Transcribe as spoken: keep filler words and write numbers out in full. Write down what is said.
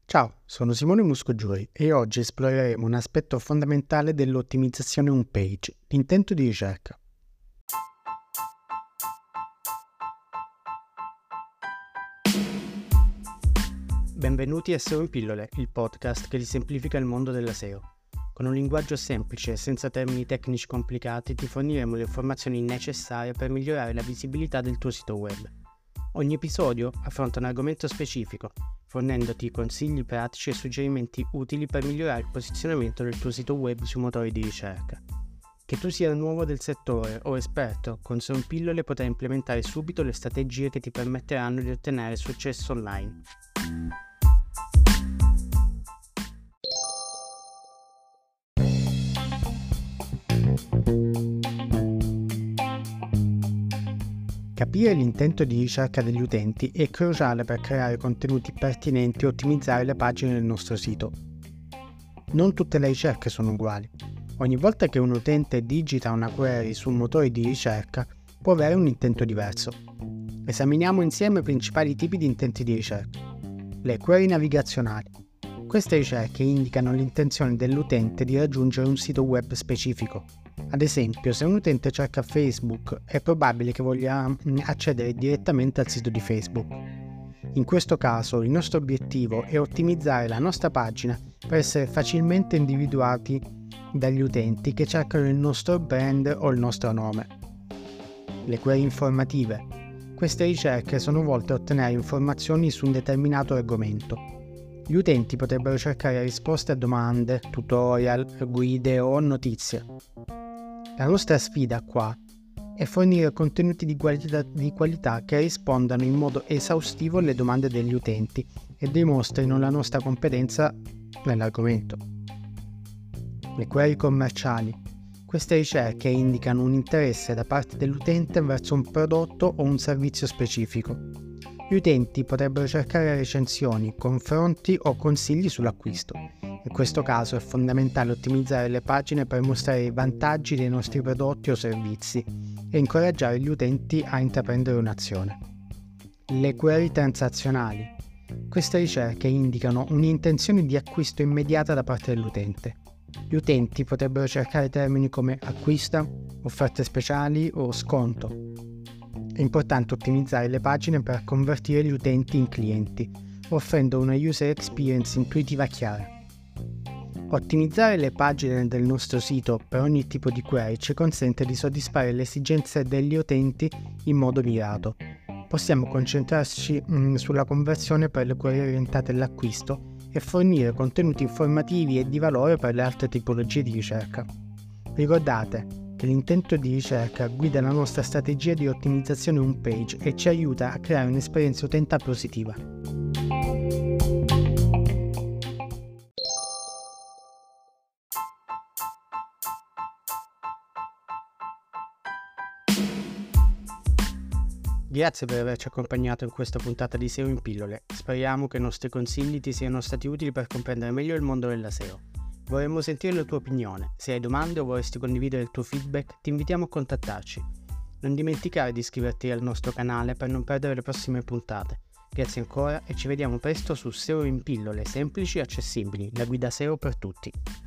Ciao, sono Simone Muscogiuri e oggi esploreremo un aspetto fondamentale dell'ottimizzazione home page, l'intento di ricerca. Benvenuti a S E O in pillole, il podcast che ti semplifica il mondo della S E O. Con un linguaggio semplice e senza termini tecnici complicati ti forniremo le informazioni necessarie per migliorare la visibilità del tuo sito web. Ogni episodio affronta un argomento specifico, fornendoti consigli pratici e suggerimenti utili per migliorare il posizionamento del tuo sito web sui motori di ricerca. Che tu sia nuovo del settore o esperto, con S E O in pillole potrai implementare subito le strategie che ti permetteranno di ottenere successo online. Capire l'intento di ricerca degli utenti è cruciale per creare contenuti pertinenti e ottimizzare le pagine del nostro sito. Non tutte le ricerche sono uguali. Ogni volta che un utente digita una query su un motore di ricerca può avere un intento diverso. Esaminiamo insieme i principali tipi di intenti di ricerca. Le query navigazionali. Queste ricerche indicano l'intenzione dell'utente di raggiungere un sito web specifico. Ad esempio, se un utente cerca Facebook, è probabile che voglia accedere direttamente al sito di Facebook. In questo caso, il nostro obiettivo è ottimizzare la nostra pagina per essere facilmente individuati dagli utenti che cercano il nostro brand o il nostro nome. Le query informative. Queste ricerche sono volte a ottenere informazioni su un determinato argomento. Gli utenti potrebbero cercare risposte a domande, tutorial, guide o notizie. La nostra sfida qua è fornire contenuti di qualità, di qualità che rispondano in modo esaustivo alle domande degli utenti e dimostrino la nostra competenza nell'argomento. Le query commerciali. Queste ricerche indicano un interesse da parte dell'utente verso un prodotto o un servizio specifico. Gli utenti potrebbero cercare recensioni, confronti o consigli sull'acquisto. In questo caso è fondamentale ottimizzare le pagine per mostrare i vantaggi dei nostri prodotti o servizi e incoraggiare gli utenti a intraprendere un'azione. Le query transazionali. Queste ricerche indicano un'intenzione di acquisto immediata da parte dell'utente. Gli utenti potrebbero cercare termini come acquista, offerte speciali o sconto. È importante ottimizzare le pagine per convertire gli utenti in clienti, offrendo una user experience intuitiva e chiara. Ottimizzare le pagine del nostro sito per ogni tipo di query ci consente di soddisfare le esigenze degli utenti in modo mirato. Possiamo concentrarci mh, sulla conversione per le query orientate all'acquisto e fornire contenuti informativi e di valore per le altre tipologie di ricerca. Ricordate che l'intento di ricerca guida la nostra strategia di ottimizzazione home page e ci aiuta a creare un'esperienza utente positiva. Grazie per averci accompagnato in questa puntata di S E O in pillole. Speriamo che i nostri consigli ti siano stati utili per comprendere meglio il mondo della S E O. Vorremmo sentire la tua opinione. Se hai domande o vorresti condividere il tuo feedback, ti invitiamo a contattarci. Non dimenticare di iscriverti al nostro canale per non perdere le prossime puntate. Grazie ancora e ci vediamo presto su S E O in pillole semplici e accessibili, la guida S E O per tutti.